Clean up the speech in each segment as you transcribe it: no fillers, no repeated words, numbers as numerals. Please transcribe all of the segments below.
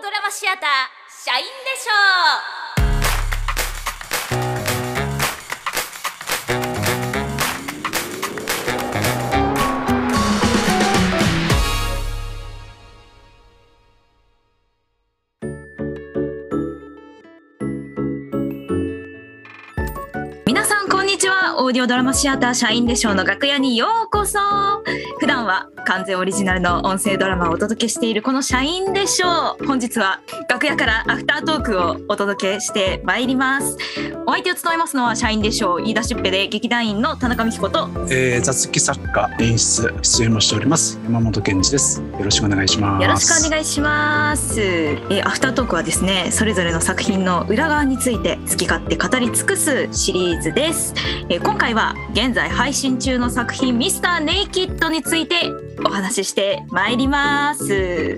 ドラマシアター社員でしょう。 皆さんこんにちは。オーディオドラマシアター社員でしょうの楽屋にようこそ。普段は完全オリジナルの音声ドラマをお届けしているこの社員でしょう。本日は楽屋からアフタートークをお届けしてまいります。お相手を務めますのは社員でしょう、言い出しっぺで劇団員の田中美希子と、 雑記作家演出出演もしております山本健二です。よろしくお願いします。 よろしくお願いします。アフタートークはですね、それぞれの作品の裏側について好き勝手語り尽くすシリーズです。今回は現在配信中の作品ミスターネイキッドについてお話ししてまいります。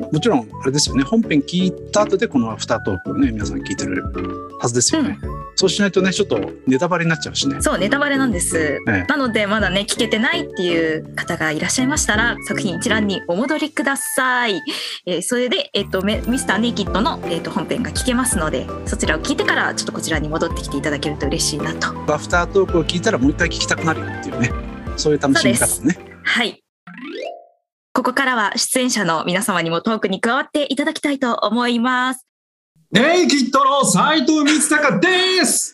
もちろんあれですよね、本編聞いた後でこのアフタートークをね皆さん聞いてるはずですよね、そうしないとねちょっとネタバレになっちゃうしね。 そう、ネタバレなんです、なのでまだね聞けてないっていう方がいらっしゃいましたら作品一覧にお戻りください。それで、ミスターネイキッドの、本編が聞けますので、そちらを聞いてからちょっとこちらに戻ってきていただけると嬉しいなと。 アフタートークを聞いたらもう一回聞きたくなるよっていうね、そういう楽しみ方ね。 はい、ここからは出演者の皆様にもトークに加わっていただきたいと思います。 ネイキッドの斉藤光孝です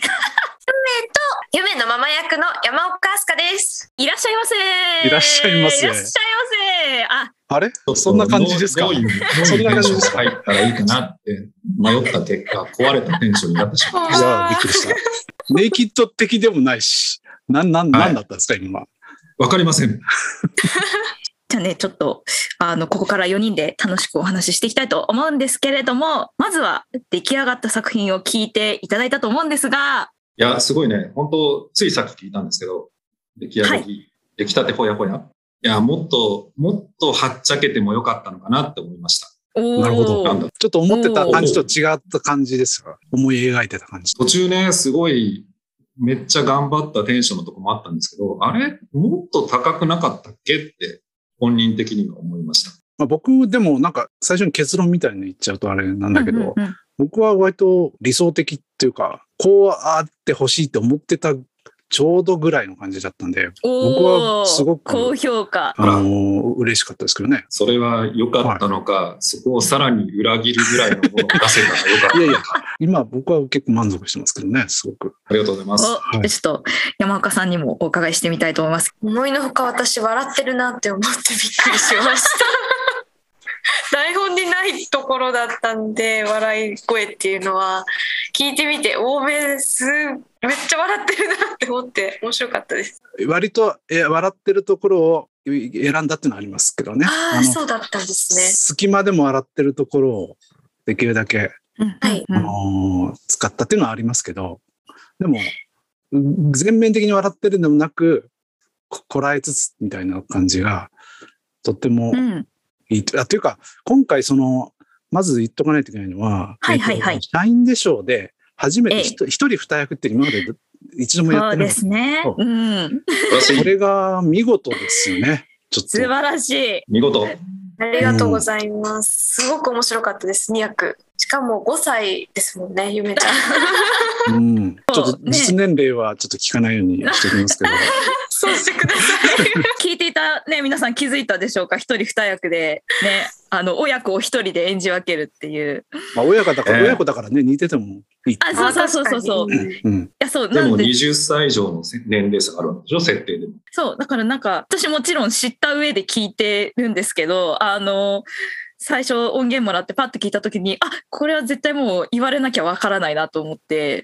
夢のママ役の山岡飛鳥です。 いらっしゃいませ。 いらっしゃいませ。 いらっしゃいませ。 あれそんな感じですか。 そんな感じですか。入ったらいいかなって迷った結果壊れたテンションになってしまった。 いやびっくりした。ネイキッド的でもないし、なんだったんですか今。 わかりません。 じゃあね、ちょっとここから4人で楽しくお話ししていきたいと思うんですけれども、まずは出来上がった作品を聞いていただいたと思うんですが。 いやすごいね、本当ついさっき聞いたんですけど、出来上がり、出来たてほやほや。いやもっとはっちゃけてもよかったのかなって思いました。 なるほど。ちょっと思ってた感じと違った感じですが、思い描いてた感じ。 途中ねすごいめっちゃ頑張ったテンションのとこもあったんですけど、あれもっと高くなかったっけって本人的には思いました。 僕でもなんか最初に結論みたいに言っちゃうとあれなんだけど、僕は割と理想的っていうか、こうあってほしいって思ってたちょうどぐらいの感じだったんで、僕はすごく高評価。 嬉しかったですけどね。 それは良かったのか、そこをさらに裏切るぐらいのものを出せたら良かったのか。いや今僕は結構満足してますけどね、すごく。 ありがとうございます。 ちょっと山岡さんにもお伺いしてみたいと思います。 思いのほか私笑ってるなって思ってびっくりしました。台本にないところだったんで、笑い声っていうのは聞いてみてめっちゃ笑ってるなって思って面白かったです。 割と笑ってるところを選んだっていうのはありますけどね。 そうだったんですね。 隙間でも笑ってるところをできるだけ、使ったっていうのはありますけど、でも全面的に笑ってるのもなくこらえつつみたいな感じがとってもいいというか、今回まず言っとかないといけないのは、社員でしょうで初めて一人二役って今まで一度もやってない。 そうですね。 それが見事ですよね。ちょっと素晴らしい。 見事。 ありがとうございます。すごく面白かったです。2役。しかも5歳ですもんね、ゆめちゃん。 ちょっと実年齢はちょっと聞かないようにしておきますけど。 そうしてください。 聞いていたね、皆さん気づいたでしょうか。一人二役でね、親子を一人で演じ分けるっていう。親子だからね、似ててもいい。 そう。いやそうでも20歳以上の年齢差があるわけでしょ、設定でも。 そうだからなんか私もちろん知った上で聞いてるんですけど、最初音源もらってパッと聞いた時に、これは絶対もう言われなきゃわからないなと思って、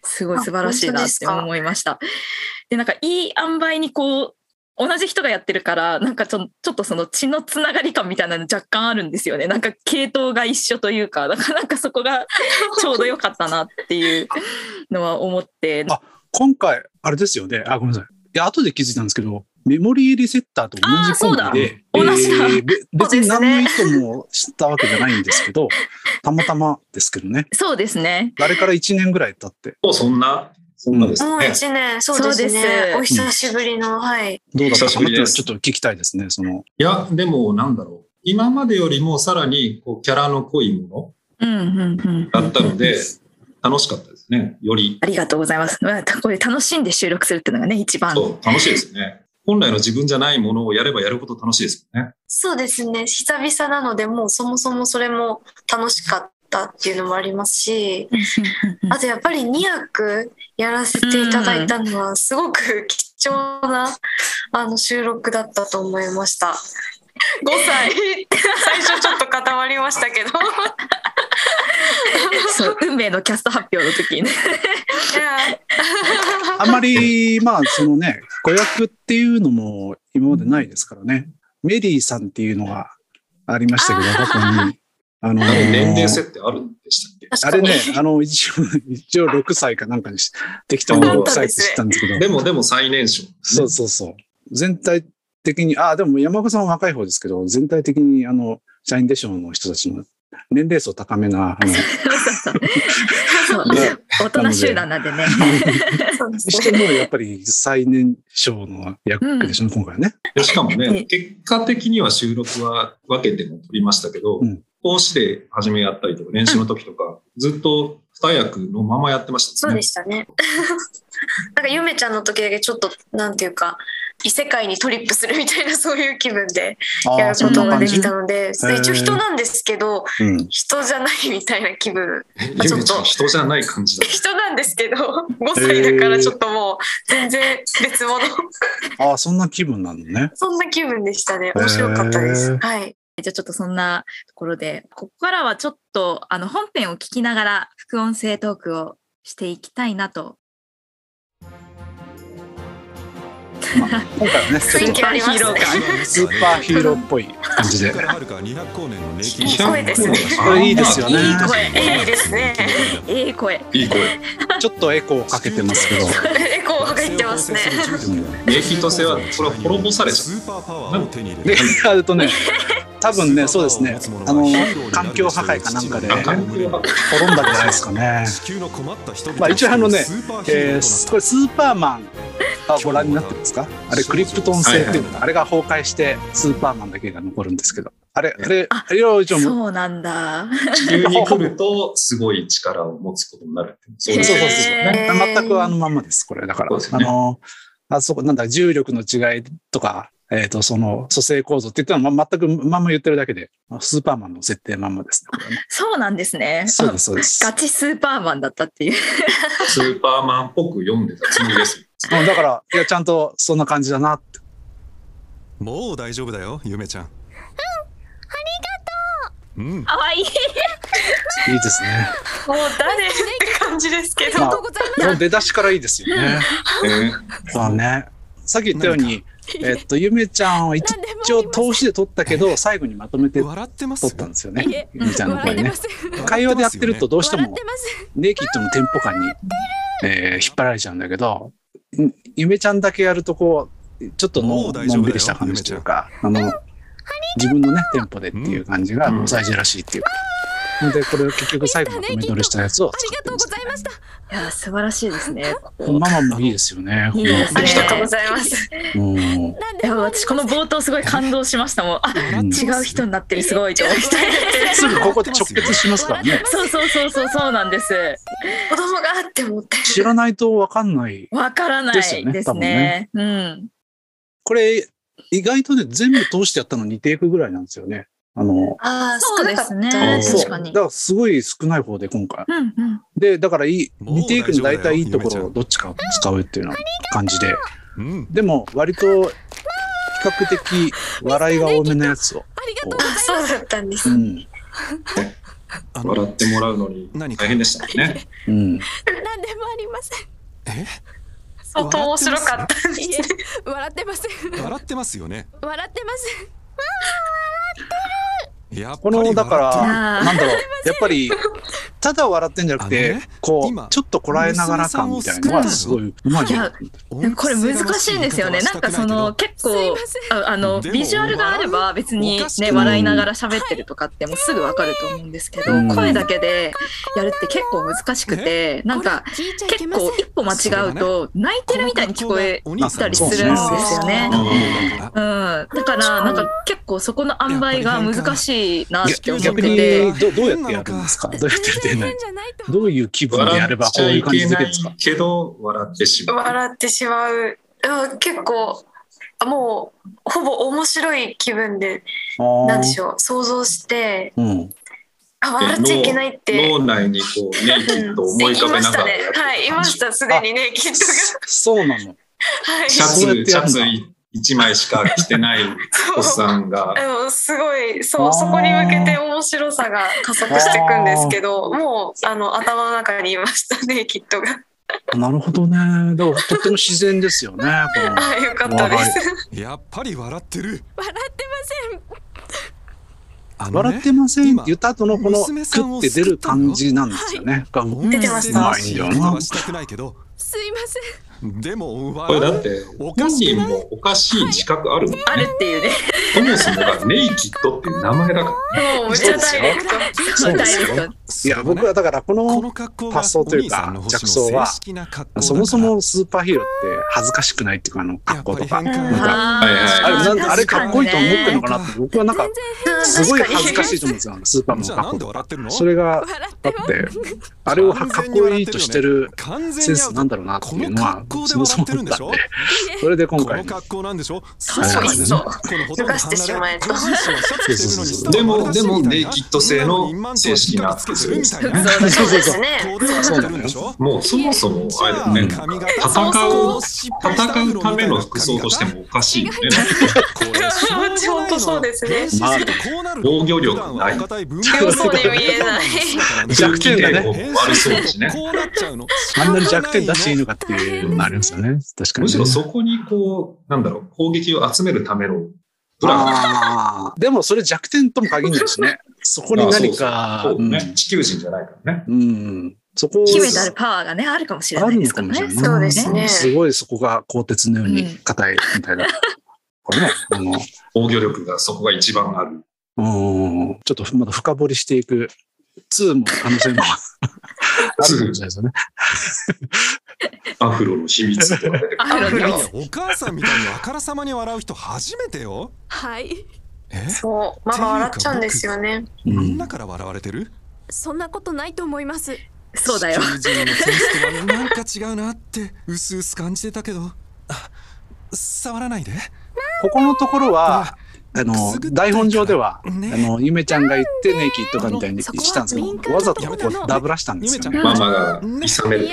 すごい素晴らしいなって思いました。でなんかいい塩梅に同じ人がやってるから、なんかちょっとその血のつながり感みたいなの若干あるんですよね。なんか系統が一緒というか、だからなんかそこがちょうど良かったなっていうのは思って。 今回あれですよね。ごめんなさい。いや後で気づいたんですけど、メモリーリセッターと同じコンビで、別に何の意図もしたわけじゃないんですけど、たまたまですけどね。 そうですね。 あれから1年ぐらい経って。 そんなですね。 もう1年、そうですね。お久しぶりの、 どうだったかなってちょっと聞きたいですね。 いや、でもなんだろう。今までよりもさらにキャラの濃いもだったので、楽しかったですね。より。 ありがとうございます。これ楽しんで収録するっていうのがね、一番。 そう、楽しいですよね。本来の自分じゃないものをやればやるほど楽しいですよね。 そうですね。久々なので、もうそもそもそれも楽しかったっていうのもありますし、あとやっぱり2役やらせていただいたのはすごく貴重な収録だったと思いました。5歳最初ちょっと固まりましたけどそう、運命のキャスト発表の時にねあんまりまあそのね、子役っていうのも今までないですからね。メリーさんっていうのがありましたけど、過去に年齢設定あるんでしたっけ？ あれね、一応6歳かなんかに適当に6歳って知ったんですけど。 でも最年少、ね。 そうそうそう。全体的に、でも山岡さんは若い方ですけど、全体的に社員でしょうの人たちの年齢層高めな。 そう大人集団なんでね。 にしてもやっぱり最年少の役でしょ、今回はね。 しかもね、結果的には収録は分けても撮りましたけど、講師で初めやったりとか、練習の時とか、ずっと2役のままやってましたね。 そうでしたね。なんかゆめちゃんの時だけちょっとなんていうか異世界にトリップするみたいなそういう気分でやることができたので、一応人なんですけど、人じゃないみたいな気分。 ゆめちゃん人じゃない感じだ。 人なんですけど5歳だからちょっともう全然別物。 そんな気分なのね。 そんな気分でしたね。面白かったです。はい。 じゃあちょっとそんなところで、ここからはちょっと本編を聞きながら副音声トークをしていきたいなと。 今回はね、 スーパーヒーロー感、 スーパーヒーローっぽい感じで。いい声ですね。 これいいですよね。 いい声、いいですね。 いい声。 いい声。 ちょっとエコーかけてますけど。 エコー入ってますね。 ネヒトセはこれは滅ぼされちゃう。 で、やるとね、多分ね、そうですね。環境破壊かなんかで滅んだんじゃないですかね。まあ一応ね、これスーパーマンご覧になってますか？あれクリプトン星っていうのが、あれが崩壊してスーパーマンだけが残るんですけど、あれそうなんだ。 地球に来るとすごい力を持つことになるって。 そう全くまんまです。これだからそこなんだ重力の違いとか。その組成構造って言ったら全くまんま言ってるだけで、スーパーマンの設定まんまですね。これねそうなんですね。 そうです、そうです。 ガチスーパーマンだったっていう。 スーパーマンっぽく読んでたつもりですよ。 だから、いや、ちゃんとそんな感じだなって。 もう大丈夫だよ、ゆめちゃん。ありがとう。 かわいい。 いいですね。 もう誰って感じですけど。 もう出だしからいいですよね。そうね。さっき言ったように、ゆめちゃんは一応通しで撮ったけど、最後にまとめて撮ったんですよね。ゆめちゃんの声ね。会話でやってるとどうしても、ネイキッドのテンポ感に、引っ張られちゃうんだけど、ゆめちゃんだけやるとこう、ちょっとのんびりした感じというか、自分のね、テンポでっていう感じが抑えじらしいっていうか。で、これを結局最後まとめ撮りしたやつを作ってました。 いや、素晴らしいですね。 ママもいいですよね。 いいですね。 ありがとうございます。 いや、私この冒頭すごい感動しましたもん。違う人になってる、すごいと思って。 すぐここで直結しますからね。 そうなんです。 子供があって思って。 知らないと分かんない。 分からないですね。 これ、意外とね、全部通してやったの2テイクぐらいなんですよね。 そうですね。確かに。 だからすごい少ない方で今回。で、だから2テイクの大体いいところをどっちか使うっていうような感じで。でも割と比較的笑いが多めのやつを。 そうだったんです。 笑ってもらうのに大変でしたね。 何でもありません。 相当面白かったんです。 笑ってません。 笑ってますよね。 笑ってません。 このだからなんだろうやっぱりただ笑ってんじゃなくてこうちょっとこらえながら感みたいなのはすごいうまい。 いやこれ難しいんですよね。なんかその結構ビジュアルがあれば別にね笑いながら喋ってるとかってもうすぐわかると思うんですけど、声だけでやるって結構難しくて、なんか結構一歩間違うと泣いてるみたいに聞こえたりするんですよね。だからなんか結構そこの塩梅が難しいなって思ってて。 どうやっててやるんですか？どうやってやって全然ない変じゃないとどういう気分でやればこういう感じでできるんですか？ けど、笑ってしまう。 笑ってしまう。結構もうほぼ面白い気分でなんでしょう想像して、笑っちゃいけないって脳内にこうネイキッドを思い浮かべながらやってる感じ。 はい、いましたすでにネイキッドが。 そうなの。 はい、 シャツ1枚しか着てないおっさんが。 すごいそこに向けて面白さが加速していくんですけど、もう頭の中にいましたネイキッドが。 なるほどね。でもとっても自然ですよね。 よかったです。 やっぱり笑ってる。 笑ってません。 笑ってませんって言った後のこのクッて出る感じなんですよね。 出てました。 うまいんだよな。 したくないけど。 すいません。 でもこれだって本人もおかしい自覚あるもんね。 あるっていうね。 そもそもがネイキッドっていう名前だから。 もうめっちゃダイレクト。 そうですよ。いや僕はだからこの発想というか着想はそもそもスーパーヒーローって恥ずかしくないっていうか格好とかあれかっこいいと思ってるのかなって僕はなんかすごい恥ずかしいと思うんですよ。スーパーの格好とか。それがだってあれをかっこいいとしてるセンスなんだろうなっていうのはそもそも思ったんで、それで今回確かにそう抜かしてしまえと。 でもネイキッド製の正式な服装ですね。 そうですね。 もうそもそもあれだね、戦うための服装としてもおかしいよね。 本当そうですね。 防御力ない。 強そうに見えない。 弱点がね。 悪そうだしね。 あんなに弱点出していいのかっていうのがありますよね。確かに。 むしろそこにこう、なんだろう、攻撃を集めるためのプラン。 でもそれ弱点とも限らないしね。そこに何か、 地球人じゃないからね。 そこ秘めてあるパワーがね、あるかもしれないですからね。 そうですね。 すごいそこが鋼鉄のように硬いみたいな。これね、 防御力がそこが一番ある。 ちょっとまだ深掘りしていく2も可能性もあるかもしれないですよね。 アフロの秘密とか出てくる。 お母さんみたいにあからさまに笑う人初めてよ。 はい。 そう、ママ笑っちゃうんですよね。 みんなから笑われてる？ そんなことないと思います。 そうだよ。 地球人のセンスとはなんか違うなってうすうす感じてたけど、触らないで。 ここのところは台本上ではゆめちゃんが言ってネイキッドかみたいにしたんですけど、わざとここダブらしたんですよね。 ママがいさめる。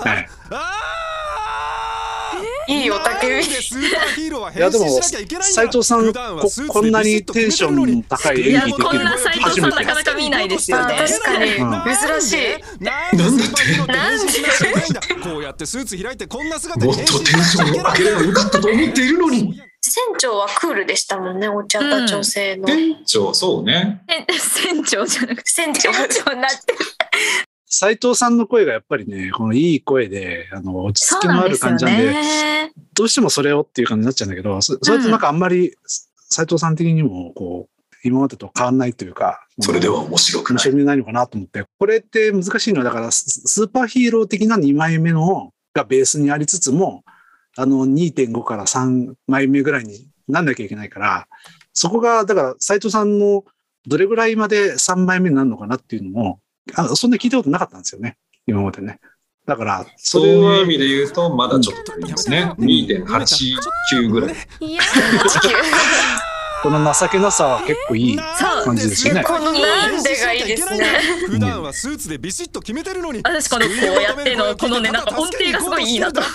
いいおたけび。 いやでも斉藤さんこんなにテンションの高い演技できるの初めて。 なかなか見ないですよね。 確かに珍しい。 なんでこうやってスーツ開いてこんな姿もっとテンションを上げればよかったと思っているのに。 船長はクールでしたもんね、お茶田女性の。 船長、そうね。 船長じゃなくて船長になってる。 斉藤さんの声がやっぱりね、このいい声で、落ち着きのある感じなんで、どうしてもそれをっていう感じになっちゃうんだけど、それとなんかあんまり斉藤さん的にも、こう、今までと変わんないというか、 それでは面白くない。 面白くないのかなと思って、これって難しいのは、だからスーパーヒーロー的な2枚目のがベースにありつつも、2.5 から3枚目ぐらいになんなきゃいけないから、そこが、だから斉藤さんのどれぐらいまで3枚目になるのかなっていうのも、そんな聞いたことなかったんですよね、今までね。だから、 そういう意味で言うと、まだちょっといいですね。2.89 ぐらい。 この情けなさは結構いい感じですよね。 このなんでがいいですね。 普段はスーツでビシッと決めてるのに。 私こうやってのこのね、なんか音程がすごいいいなと思って。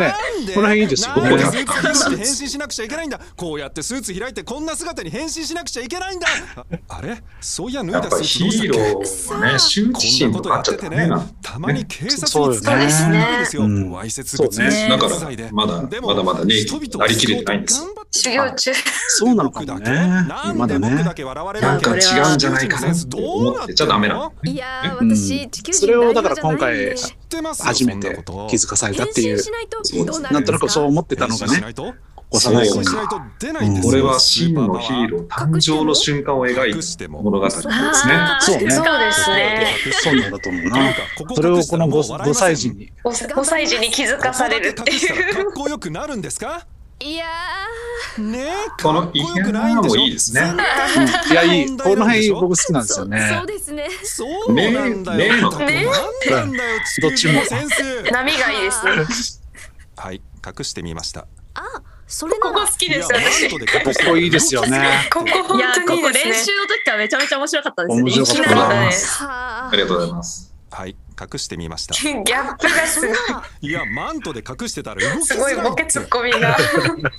ね、この辺いいですよ。 こうやってスーツ開いて変身しなくちゃいけないんだ。こうやってスーツ開いてこんな姿に変身しなくちゃいけないんだ。あれ、そういや脱いだスーツどうしたっけ？ ヒーローはね、羞恥心とかあっちゃったね。 たまに警察に使われてるんですよ。わいせつ物ね。 だからまだネイキッドなりきれてないんですよ。 修行中。 そうなのかもね。まだね。 なんか違うんじゃないかなって思ってちゃダメなの。 いや私地球人それをだから今回初めて気づかされたっていう、なんとなくそう思ってたのがね、幼い子に。 俺は真のヒーロー誕生の瞬間を描いた物語ですね。 そうね。 そうですね。 そうなんだと思うな。それをこの5歳児に。 5歳児に気づかされるっていう。 かっこよくなるんですか？ いやねえ、 このかっこよくないんでしょ。 いやもいいですねいや、いい。この辺僕好きなんですよそうね。 ですね。 そうなんだよ。 ねえなんなんだよ、 どっちも先生。 波がいいですね。 はい、隠してみました。 あ、それここなら好きですいや私。 マントで隠してここいいですよね。 ここいや、 本当ここにいいですね。 練習の時からめちゃめちゃ面白かったですね。 面白かったいきなりなね。 はありがとうございます。 はい、隠してみました。 ギャップがすごい。 いや、マントで隠してたら動きづすらいって。 ごいボケツッコミが。 変身しなきゃいいん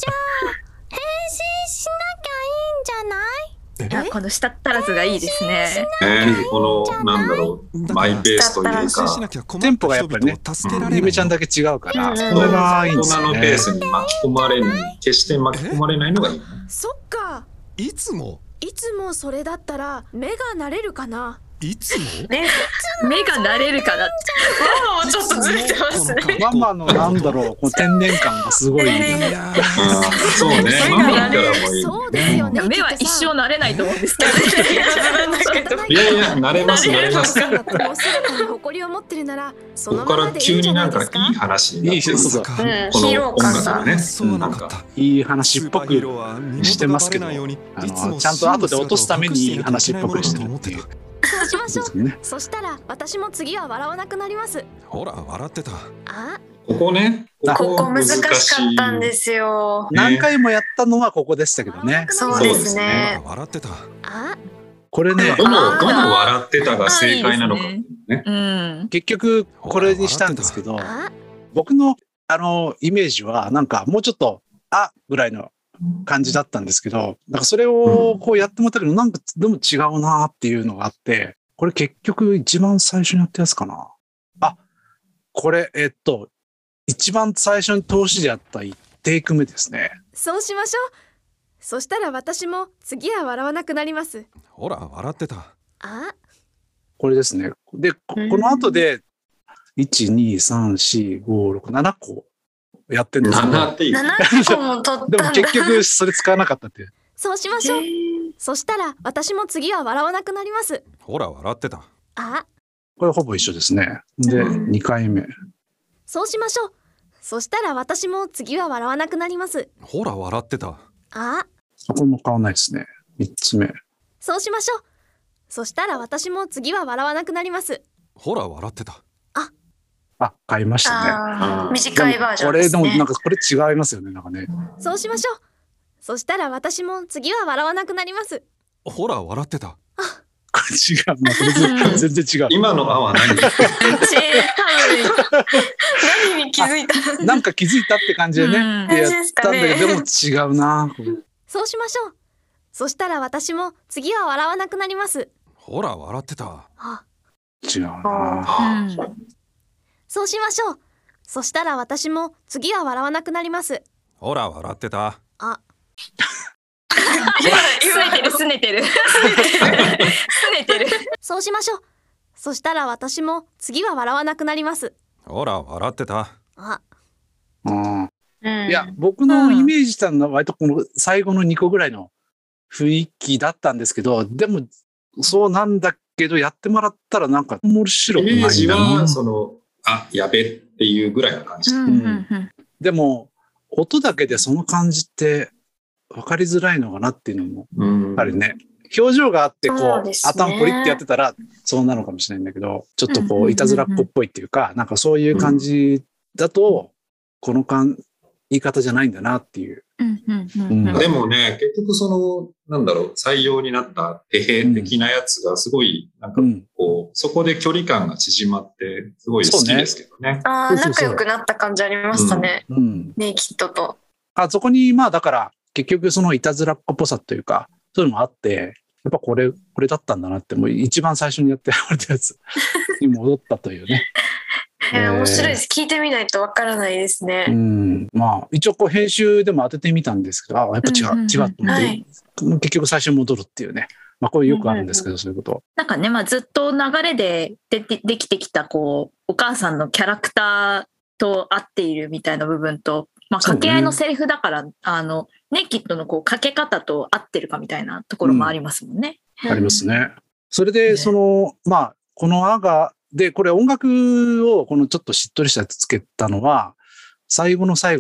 じゃない？ いや、この舌足らずがいいですね。 このなんだろうマイペースという変身しかなきゃ困テンった人ポがやっぱりね 々を助けられない。 ゆめちゃんだけ違うから、 うんそれがいいん大ですよ人のペーね。 スに巻き込まれない、決して巻き込まれないのがいいね。 そっか。 いつもいつもそれだったら目が慣れるかな。 いつもね、 目が慣れるかなって。 ママもちょっとずれてますね。 ママのなんだろう、この天然感がすごい。 いやそうね、ママったらもういい。 そうですよね。 目は一生慣れないと思うんですけどね。 いやいや、慣れます、慣れます。 この姿に誇りを持ってるなら、そここからのままでいいんじゃ急にないんなですか。 かいい話になっていいそうそうこうん、 のヒーロー音感が。 楽がね、 そうなかなんかった。 いい話っぽくしてますけど、ちゃんと後で落とすためにいい話っぽくしてるっていう。 そうしましょう。 ね、 そしたら私も次は笑わなくなります。 ほら、笑ってた。 あ、 ここね、 ここ難しかったんですよ。 何回もやったのはここでしたけどね。 そうですほらね。 笑ってた。 あ、 これね、 どの笑ってたが正解なのかね。 うん。 結局これにしたんですけど、 あ、 僕のイメージはなんかもうちょっとぐらいの感じだったんですけど、なんかそれをこうやってもらったけど、なんかでも違うなっていうのがあって、これ結局一番最初にやったやつかな。これ一番最初に投資でやった1テイク目ですね。 そうしましょう。そしたら私も次は笑わなくなります。 ほら、笑ってた。 あ、 これですね。で、この後で1、2、3、4、5、6、7個やってんですけど、 7っていう。 7個も取でもったんだ。 結局それ使わなかったっていう。 そうしましょう。そしたら私も次は笑わなくなります。 ほら、笑ってた。 あ、 これほぼ一緒ですね。で、2回目。 そうしましょう。そしたら私も次は笑わなくなります。 ほら、笑ってた。 あ、 これも変わんないですね。3つ目。 そうしましょう。そしたら私も次は笑わなくなります。 ほら、笑ってた。 変えましたね。 短いバージョンですね。 これでもなんかこれ違いますよね。なんかね。 そうしましょう。そしたら私も次は笑わなくなります。 ほら、笑ってた。 これ違う。まあ、これ全然違う。 今のは何？ 何に気づいた？ なんか気づいたって感じでね。 うんやったんだけど、でも違うな。 そうしましょう。そしたら私も次は笑わなくなります。 ほら、笑ってた。 あ、 違うな。 そうしましょう。そしたら私も次は笑わなくなります。 ほら、笑ってた。 あ、 すねてる。すねてる。 そうしましょう。そしたら私も次は笑わなくなります。 ほら、笑ってた。 あ、 うんいや、僕のイメージしたのは割とこの最後の2個ぐらいの雰囲気だったんですけど、でもそうなんだけど、やってもらったらなんか面白くないんだイメージな。 はやべっていうぐらいな感じ。 でも音だけでその感じって分かりづらいのかなっていうのもやっぱりね、表情があってこう頭ポリってやってたらそうなのかもしれないんだけど、ちょっとこういたずらっ子っぽいっていうか、なんかそういう感じだとこの言い方じゃないんだなっていう。 でもね、結局なんだろう、採用になったへへ的なやつがすごい、なんかこう、そこで距離感が縮まって、すごい好きですけどね。 仲良くなった感じありましたね。ネイキッドと。 そこに、まあだから、結局そのいたずらっ子っぽさというか、そういうのもあって、やっぱこれだったんだなって、もう一番最初にやってられたやつに戻ったというね。 面白いです。聞いてみないとわからないですね。 まあ一応こう編集でも当ててみたんですけど、やっぱ違うと思って、結局最初に戻るっていうね。まあこれよくあるんですけど、そういうこと。 なんかね、まあずっと流れでできてきたこうお母さんのキャラクターと合っているみたいな部分と、まあ掛け合いのセリフだからネイキッドのこうかけ方と合ってるかみたいなところもありますもんね。 ありますね。それでまあこのでこれ音楽をこのちょっとしっとりしたやつつけたのは最後の最後に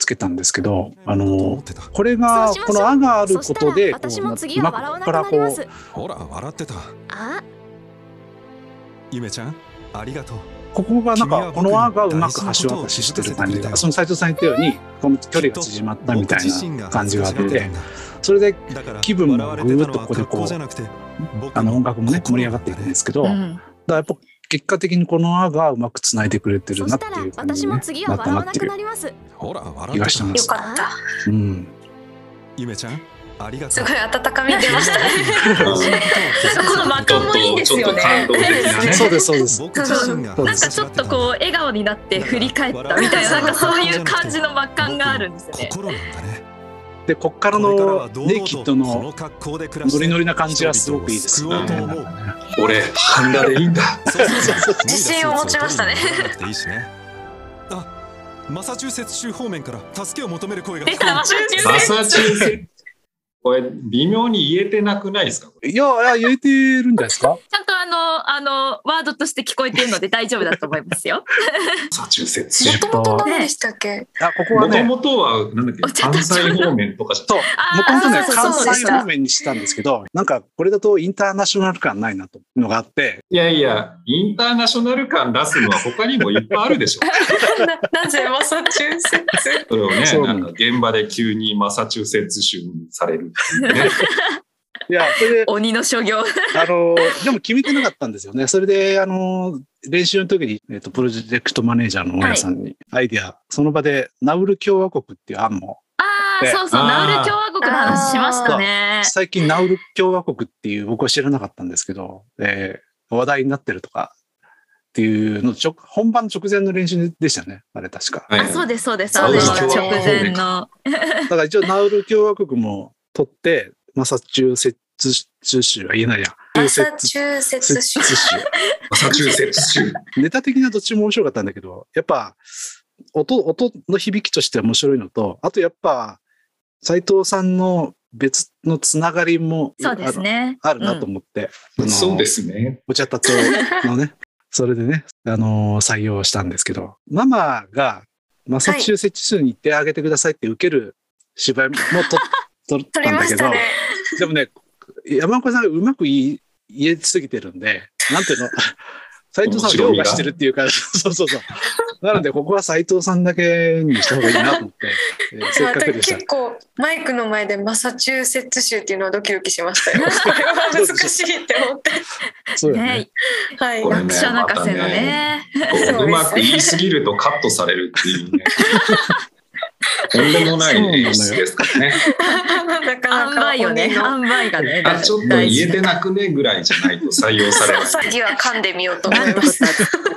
つけたんですけど、 思ってた。 これがそうしましょうこの「あ」があることで、 そしたら私も次は笑わなくなります。 ほら笑ってた。 あ、 ゆめちゃんありがとう。 ここがなんかこの「あ」がうまく橋渡ししてる感じが、その斉藤さん言ったようにこの距離が縮まったみたいな感じがあって、それで気分もぐーっとここでこう音楽もね盛り上がっていくんですけど、だからやっぱ結果的にこの「あ」がうまくつないでくれてるなっていう感じに、ね、なったなっていう気がしてます。 よかった。 うん。 ゆめちゃんありがとう。 すごい温かみ出ましたね。 この魔感もいいですよね。 そうですそうです。 僕自身がなんかちょっとこう笑顔になって振り返ったみたいな、なんかそういう感じの魔感があるんですよね。 心なんだね。 でこっからのネイキッドのノリノリな感じはすごくいいですね。 俺半裸でいいんだ。 自信を持ちましたね。 あ、マサチューセッツ州方面から助けを求める声が出た。マサチューセッツ。 マサチューセッツ。これ微妙に言えてなくないですか？ いや言えてるんじゃないですか？ ちゃんとワードとして聞こえてるので大丈夫だと思いますよ。 マサチューセッツ州。 もともと何でしたっけ？ ここはね、 もともとはなんだっけ、関西方面とかじゃ。 そう、もともとね関西方面にしたんですけど、なんかこれだとインターナショナル感ないなというのがあって。 いやいや、インターナショナル感出すのは他にもいっぱいあるでしょ。 なぜマサチューセッツ？ それをね、なんか現場で急にマサチューセッツ州にされるっていうね。 いや、それで鬼の所業。 でも決めてなかったんですよね。それで練習の時にプロジェクトマネージャーの大家さんにアイディア、その場でナウル共和国っていう案も。 そうそう、ナウル共和国の話しましたね。 最近ナウル共和国っていう僕は知らなかったんですけど、話題になってるとかっていうの本番直前の練習でしたね。あれ確か。 そうですそうです。直前の。 だから一応ナウル共和国も取って。マサチューセッツ州は言えないや。 マサチューセッツ州。 マサチューセッツ州。 ネタ的にはどっちも面白かったんだけど、やっぱ音の響きとしては面白いのと、あとやっぱ斉藤さんの別のつながりもそうですね。 あるなと思って。 そうですね。 お茶たちのね、それでね、採用したんですけど、ママがマサチューセッツ州に行ってあげてくださいって受ける芝居も取ったんだけど、でもね、山岡さんがうまく言えすぎてるんで、なんていうの、斉藤さんを凌駕してるっていうか、そう。なので、ここは斉藤さんだけにした方がいいなと思って、せっかくでした。 結構、マイクの前でマサチューセッツ州っていうのはドキドキしましたよ。これは難しいって思って。 そうよね。 はい。 役者泣かせのね。 うまく言いすぎるとカットされるっていうね。とんでもない演出ですからね。 塩梅よね。塩梅がね。 ちょっと言えてなくねぐらいじゃないと採用されない。 次は噛んでみようと思います。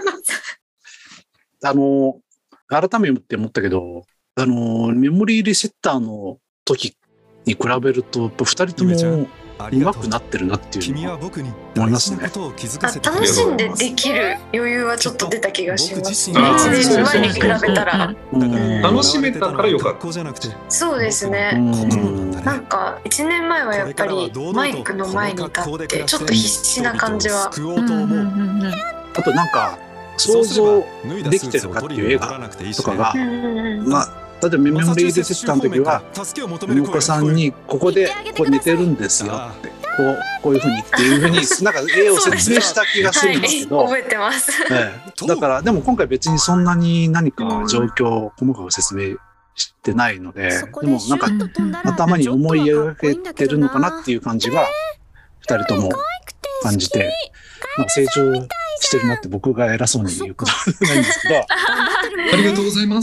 改めて思ったけど、メモリーリセッターの時に比べると、やっぱ2人ともうまくなってるなっていうのは思いますね。 楽しんでできる余裕はちょっと出た気がしますね。1年前に比べたら。 楽しめたからよかった。 そうですね。なんか1年前はやっぱりマイクの前に立ってちょっと必死な感じは。 あとなんか想像できてるかっていう映画とかが、まあ例えばメモリーリセッターの時は山岡さんにここでこう寝てるんですよってこういうふうにっていうふうになんか絵を説明した気がするんですけど、 覚えてます。 だからでも今回別にそんなに何か状況を細かく説明してないので、でもなんか頭に思い描けてるのかなっていう感じが2人とも感じて、なんか成長してるなって僕が偉そうに言うことないんですけど、 ありがとうございます。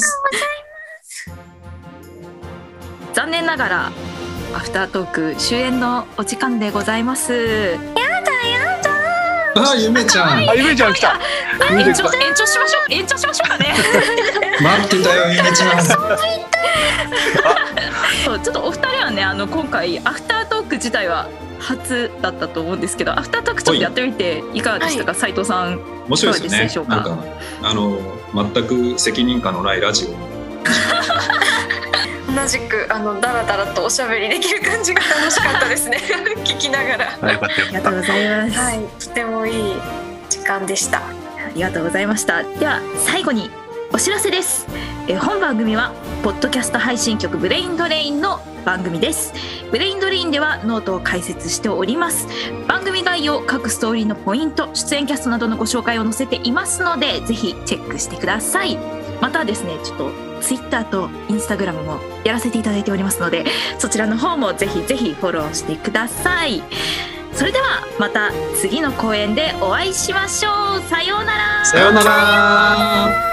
残念ながらアフタートーク終演のお時間でございます。やだ。ゆめちゃん。 ゆめちゃん来た。 延長しましょうかね。 待ってたよゆめちゃん。 そうちょっとお二人はね今回アフタートーク自体は初だったと思うんですけど、アフタートークちょっとやってみていかがでしたか、斉藤さん。 面白いですよね。なんか全く責任感のないラジオ。 同じくダラダラとおしゃべりできる感じが楽しかったですね。聞きながら。 ありがとうございます。 はい、とてもいい時間でした。 ありがとうございました。では最後にお知らせです。本番組はポッドキャスト配信局ブレインドレインの番組です。ブレインドレインではノートを開設しております。番組概要、各ストーリーのポイント、出演キャストなどのご紹介を載せていますので、ぜひチェックしてください。またですね、ちょっとツイッターとインスタグラムもやらせていただいておりますので、そちらの方もぜひぜひフォローしてください。それではまた次の公演でお会いしましょう。さようなら。 さようなら。